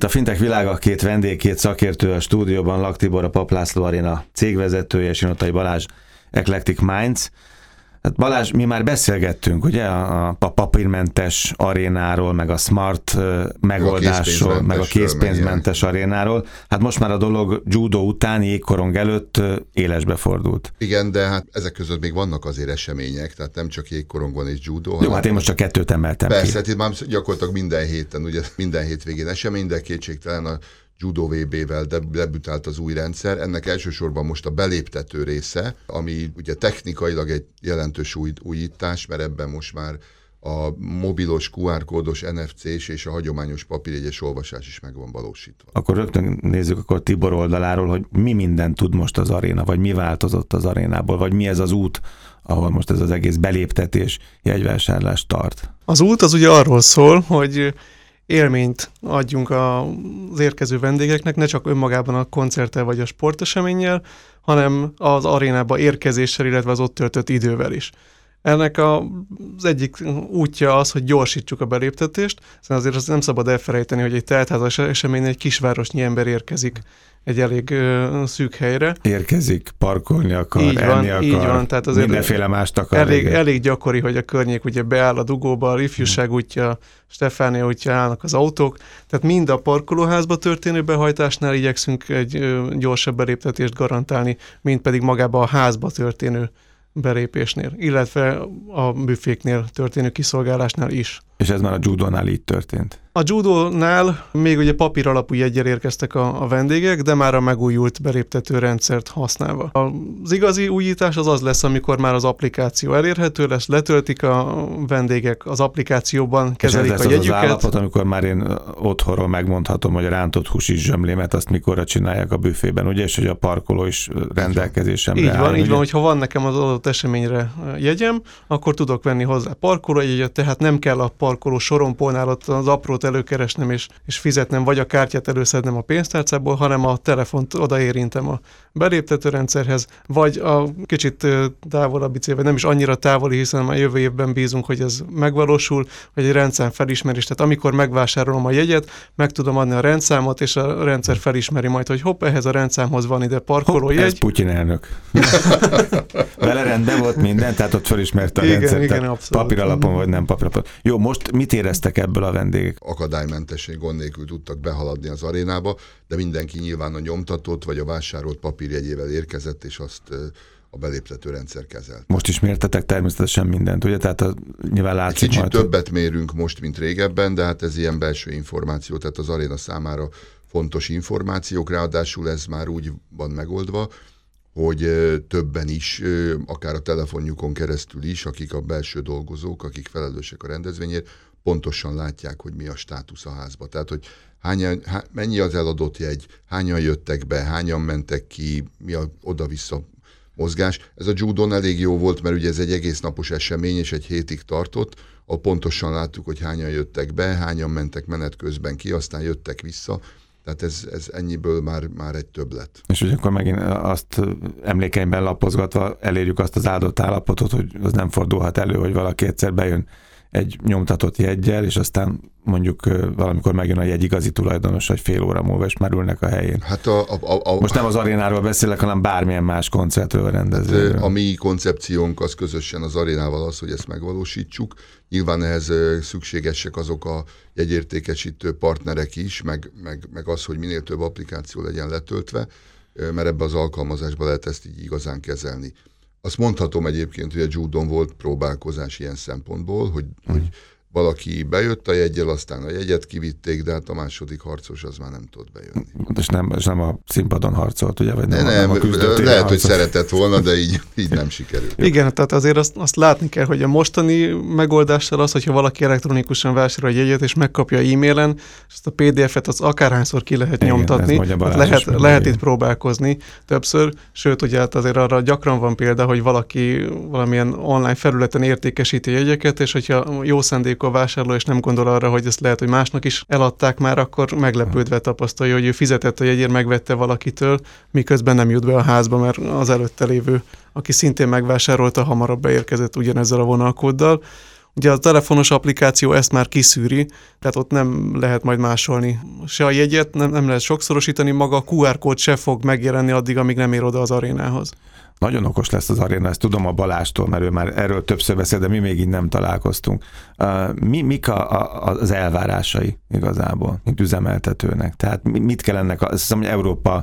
Itt a fintech világa, két vendég, két szakértő a stúdióban, Lak Tibor, a Papp László Aréna cégvezetője, és Inotai Balázs, Eclectic Minds. Hát Balázs, mi már beszélgettünk, ugye, a papírmentes arénáról, meg a smart megoldásról, meg a készpénzmentes arénáról. Hát most már a dolog judo után, jégkorong előtt élesbe fordult. Igen, de hát ezek között még vannak azért események, tehát nem csak jégkorong van és judo. Jó, hát én most csak kettőt emeltem ki. Persze, hát itt már gyakorlatilag minden héten, ugye minden hétvégén esemény, de kétségtelen a Judo VB-vel debütált az új rendszer. Ennek elsősorban most a beléptető része, ami ugye technikailag egy jelentős újítás, mert ebben most már a mobilos, QR-kódos, NFC-s és a hagyományos papírjegyes olvasás is meg van valósítva. Akkor rögtön nézzük akkor Tibor oldaláról, hogy mi mindent tud most az aréna, vagy mi változott az arénából, vagy mi ez az út, ahol most ez az egész beléptetés, jegyvásárlás tart. Az út az ugye arról szól, hogy élményt adjunk az érkező vendégeknek, ne csak önmagában a koncerttel vagy a sporteseménnyel, hanem az arénába érkezéssel, illetve az ott töltött idővel is. Ennek az egyik útja az, hogy gyorsítsuk a beléptetést, hiszen azért azt nem szabad elfelejteni, hogy egy teltházas eseményen egy kisvárosnyi ember érkezik egy elég szűk helyre. Érkezik, parkolni akar, enni akar, így van, tehát azért mindenféle mást akar. Elég gyakori, hogy a környék ugye beáll a dugóba, a Ifjúság útja, Stefánia útja állnak az autók, tehát mind a parkolóházba történő behajtásnál igyekszünk egy gyorsabb beléptetést garantálni, mint pedig magába a házba történő belépésnél, illetve a büféknél történő kiszolgálásnál is. És ez már a judónál így történt? A judónál még ugye papír alapú jeggyel érkeztek a vendégek, de már a megújult beléptető rendszert használva. Az igazi újítás az lesz, amikor már az applikáció elérhető lesz, letöltik a vendégek, az applikációban kezelik a jegyüket. És ez lesz az állapot, amikor már én otthonról megmondhatom, hogy a rántott húsi zsömlémet azt mikorra csinálják a büfében, ugye, és hogy a parkoló is rendelkezésemre áll. Így van, hogyha van nekem az adott eseményre jegyem, akkor tudok venni hozzá parkolójegyet, tehát nem kell a parkoló sorompónál ott az aprót előkeresnem és fizetnem, vagy a kártyát előszednem a pénztárcából, hanem a telefont odaérintem a beléptetőrendszerhez, vagy a kicsit távolabbi cél, vagy nem is annyira távoli, hiszen már jövő évben bízunk, hogy ez megvalósul, hogy egy rendszám felismerés. Tehát amikor megvásárolom a jegyet, meg tudom adni a rendszámot, és a rendszer felismeri majd, hogy hopp, ehhez a rendszámhoz van ide parkolójegy. Ez Putyin elnök. Vele rendben volt minden, tehát ott felismerte a rendszert. Igen, papír alapon vagy nem papír alapon. Jó, most mit éreztek ebből a vendégek? Akadálymentesen, gond nélkül tudtak behaladni az arénába, de mindenki nyilván a nyomtatott vagy a vásárolt papírjegyével érkezett, és azt a beléptető rendszer kezelt. Most is mértetek természetesen mindent, ugye? Tehát nyilván látszik kicsit majd, többet mérünk most, mint régebben, de hát ez ilyen belső információ, tehát az aréna számára fontos információk, ráadásul ez már úgy van megoldva, hogy többen is, akár a telefonjukon keresztül is, akik a belső dolgozók, akik felelősek a rendezvényért, pontosan látják, hogy mi a státusz a házba. Tehát, hogy mennyi az eladott jegy, hányan jöttek be, hányan mentek ki, mi a oda-vissza mozgás. Ez a judón elég jó volt, mert ugye ez egy egész napos esemény, és egy hétig tartott, ahol pontosan láttuk, hogy hányan jöttek be, hányan mentek menet közben ki, aztán jöttek vissza. Tehát ez ennyiből már egy többlet. És hogy akkor megint azt emlékeimben lapozgatva elérjük azt az áldott állapotot, hogy az nem fordulhat elő, hogy valaki egyszer bejön egy nyomtatott jeggyel, és aztán mondjuk valamikor megjön a jegy igazi tulajdonos, vagy fél óra múlva, és már ülnek a helyén. Hát most nem az arénáról beszélek, hanem bármilyen más koncertről, rendezvényről. Hát a mi koncepciónk az közösen az arénával az, hogy ezt megvalósítsuk. Nyilván ehhez szükségesek azok a jegyértékesítő partnerek is, meg az, hogy minél több applikáció legyen letöltve, mert ebbe az alkalmazásba lehet ezt így igazán kezelni. Azt mondhatom egyébként, hogy a judón volt próbálkozás ilyen szempontból, hogy valaki bejött a jeggyel, aztán a jegyet kivitték, de hát a második harcos az már nem tudott bejönni. És nem a színpadon harcolt, ugye? Vagy nem nem a lehet, hogy szeretett volna, de így nem sikerült. Igen, tehát azért azt látni kell, hogy a mostani megoldással az, hogyha valaki elektronikusan vásárol egy jegyet, és megkapja e-mailen, és ezt a PDF-et az akárhányszor ki lehet nyomtatni, lehet itt próbálkozni többször, sőt, ugye hát azért arra gyakran van példa, hogy valaki valamilyen online felületen értékesíti jegyeket, és hogyha jó szándék a vásárló, és nem gondol arra, hogy ezt lehet, hogy másnak is eladták már, akkor meglepődve tapasztalja, hogy ő fizetett a jegyért, megvette valakitől, miközben nem jut be a házba, mert az előtte lévő, aki szintén megvásárolta, hamarabb beérkezett ugyanezzel a vonalkóddal. Ugye a telefonos applikáció ezt már kiszűri, tehát ott nem lehet majd másolni se a jegyet, nem lehet sokszorosítani, maga a QR kód se fog megjelenni addig, amíg nem ér oda az arénához. Nagyon okos lesz az aréna, ezt tudom a Balástól, mert ő már erről többször beszél, de mi még így nem találkoztunk. Mik az elvárásai igazából, mint üzemeltetőnek? Tehát mit kell ennek, azt hiszem, hogy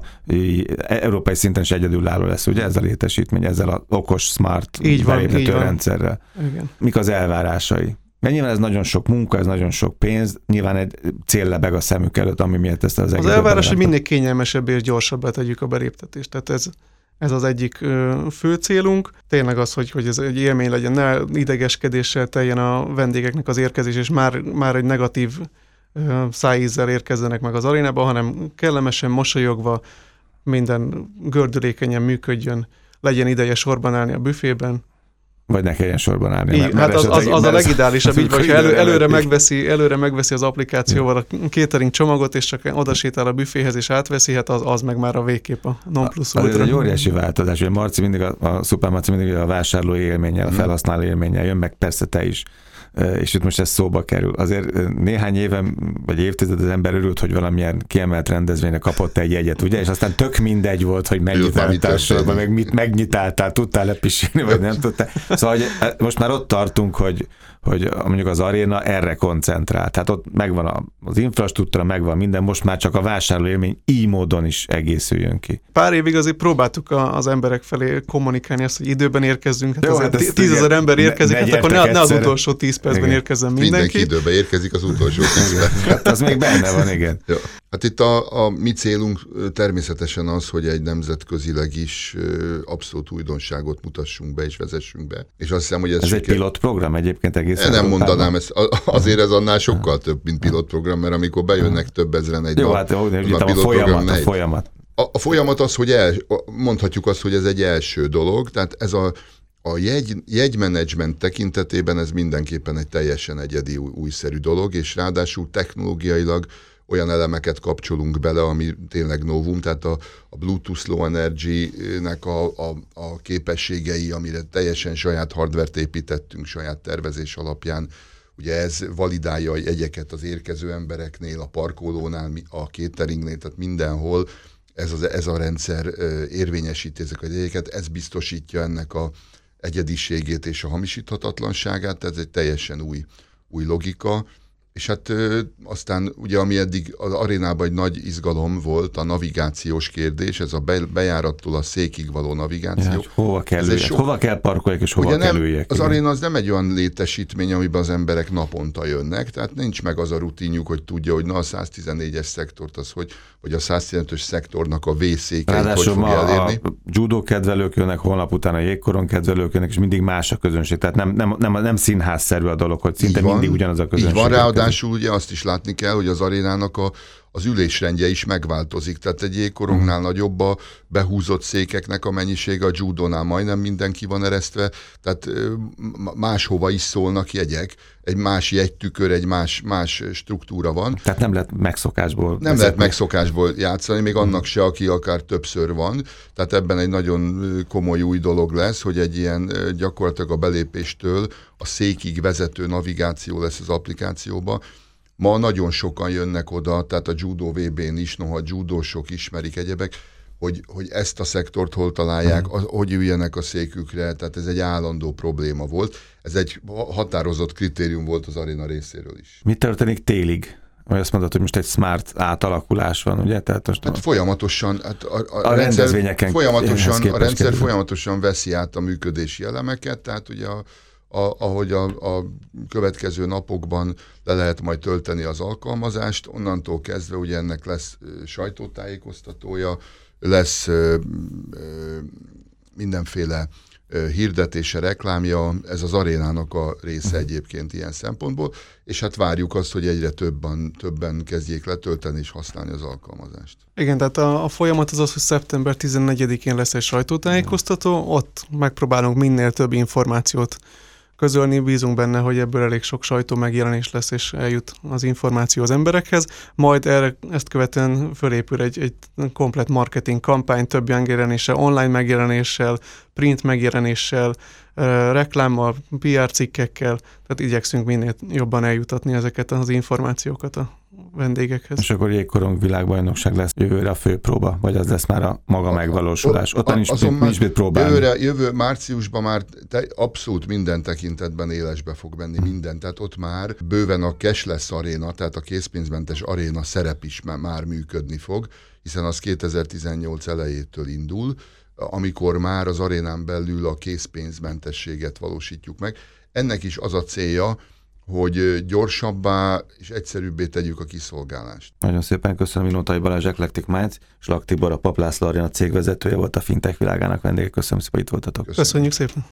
európai szinten is egyedülálló lesz, ugye ez a létesítmény, ezzel az okos, smart beléptető rendszerrel. Igen. Mik az elvárásai? Mert nyilván ez nagyon sok munka, ez nagyon sok pénz, nyilván egy cél lebeg a szemük előtt, ami miatt ezt az egész. Az elvárás, hogy minél kényelmesebb és gyorsabbá tegyük a beléptetést. Tehát ez az egyik fő célunk. Tényleg az, hogy ez egy élmény legyen, ne idegeskedéssel teljen a vendégeknek az érkezés, és már egy negatív szájízzel érkezzenek meg az arénába, hanem kellemesen, mosolyogva, minden gördülékenyen működjön, legyen ideje sorban állni a büfében. Vagy ne kelljen sorban állni. Így, hát az a legideálisabb, így vagy, ha előre megveszi az applikációval a catering csomagot, és csak oda sétál a büféhez, és átveszi, hát az meg már a végképp a non plus ultra. Ez egy óriási változás, hogy Marci mindig, a Szuper Marci mindig a vásárlói élménnyel, a felhasználó élménnyel jön, meg persze te is. És itt most ez szóba kerül. Azért néhány éven, vagy évtized az ember örült, hogy valamilyen kiemelt rendezvényre kapott egy jegyet, ugye? És aztán tök mindegy volt, hogy megnyitáltál sorban, meg mit megnyitáltál, tudtál lepisélni, vagy nem tudtál. Szóval hogy most már ott tartunk, hogy mondjuk az aréna erre koncentrál. Tehát ott megvan az infrastruktúra, megvan minden, most már csak a vásárló élmény így módon is egészüljön ki. Pár évig azért próbáltuk az emberek felé kommunikálni azt, hogy időben érkezzünk. Hát jó, azért 10 000 ember érkezik, hát akkor ne az utolsó 10 percben érkezzen mindenki. Mindenki időben érkezik, az utolsó 10 percben. Hát az még benne van, igen. Jó. Hát itt a mi célunk természetesen az, hogy egy nemzetközileg is abszolút újdonságot mutassunk be és vezessünk be. És azt hiszem, hogy ez egy pilotprogram egyébként egészen. Nem mondanám, azért ez annál sokkal több, mint pilotprogram, mert amikor bejönnek több ezren egy jó, hát a folyamat. A folyamat az, hogy mondhatjuk azt, hogy ez egy első dolog, tehát ez a jegymenedzsment tekintetében ez mindenképpen egy teljesen egyedi, újszerű dolog, és ráadásul technológiailag olyan elemeket kapcsolunk bele, ami tényleg novum, tehát a Bluetooth Low Energy-nek a képességei, amire teljesen saját hardvert építettünk, saját tervezés alapján. Ugye ez validálja a jegyeket az érkező embereknél, a parkolónál, a cateringnél, tehát mindenhol ez a rendszer érvényesíti ezek a jegyeket, ez biztosítja ennek a egyediségét és a hamisíthatatlanságát, tehát ez egy teljesen új logika. És hát aztán ugye, ami eddig az arénában egy nagy izgalom volt, a navigációs kérdés, ez a bejárattól a székig való navigáció. Ja, hova kell parkoljak, és hova kell üljek. Az aréna az nem egy olyan létesítmény, amiben az emberek naponta jönnek, tehát nincs meg az a rutinjuk, hogy tudja, hogy na a 114-es szektort az, vagy a 115-ös szektornak a V-székeit hogy fogja elérni. A judó kedvelők jönnek, holnap után a jégkoron kedvelők jönnek, és mindig más a közönség. Tehát nem színházszerű a dolog, hogy szinte mindig ugyanaz a közönség. Így van, ráadásul ugye azt is látni kell, hogy az arénának az ülésrendje is megváltozik. Tehát egy jégkorongnál nagyobb a behúzott székeknek a mennyisége, a judónál majdnem mindenki van eresztve, tehát máshova is szólnak jegyek, egy más jegytükör, egy más struktúra van. Tehát nem lehet megszokásból. Nem lehet megszokásból játszani, még annak se, aki akár többször van. Tehát ebben egy nagyon komoly új dolog lesz, hogy egy ilyen gyakorlatilag a belépéstől a székig vezető navigáció lesz az applikációba. Ma nagyon sokan jönnek oda, tehát a Judo VB-n is, noha judósok ismerik egyebek, hogy ezt a szektort hol találják, hogy üljenek a székükre, tehát ez egy állandó probléma volt. Ez egy határozott kritérium volt az aréna részéről is. Mi történik télig? Vagy azt mondod, hogy most egy smart átalakulás van, ugye? Tehát most folyamatosan, a rendezvényeken a rendszer folyamatosan veszi át a működési elemeket, tehát ugye ahogy a következő napokban le lehet majd tölteni az alkalmazást, onnantól kezdve ugye ennek lesz sajtótájékoztatója, lesz mindenféle hirdetése, reklámja, ez az arénának a része egyébként ilyen szempontból, és hát várjuk azt, hogy egyre többen kezdjék letölteni és használni az alkalmazást. Igen, tehát a folyamat az, hogy szeptember 14-én lesz egy sajtótájékoztató, ott megpróbálunk minél több információt közölni. Bízunk benne, hogy ebből elég sok sajtó megjelenés lesz, és eljut az információ az emberekhez. Majd ezt követően fölépül egy komplett marketing kampány, több megjelenéssel, online megjelenéssel, print megjelenéssel, reklámmal, PR cikkekkel, tehát igyekszünk minél jobban eljutatni ezeket az információkat a vendégekhez. És akkor jégkorong világbajnokság lesz jövőre a főpróba, vagy az lesz már a maga megvalósulás? Ottan is mit próbálni? Jövő márciusban már abszolút minden tekintetben élesbe fog venni minden, tehát ott már bőven a cashless aréna, tehát a készpénzmentes aréna szerep is már működni fog, hiszen az 2018 elejétől indul, amikor már az arénán belül a készpénzmentességet valósítjuk meg. Ennek is az a célja, hogy gyorsabbá és egyszerűbbé tegyük a kiszolgálást. Nagyon szépen köszönöm, Vinótai Balázs, Eclectic Minds, és Lak Tibor, a Papp László Aréna cégvezetője volt, a fintech világának vendége. Köszönöm szépen, itt voltatok. Köszönjük szépen.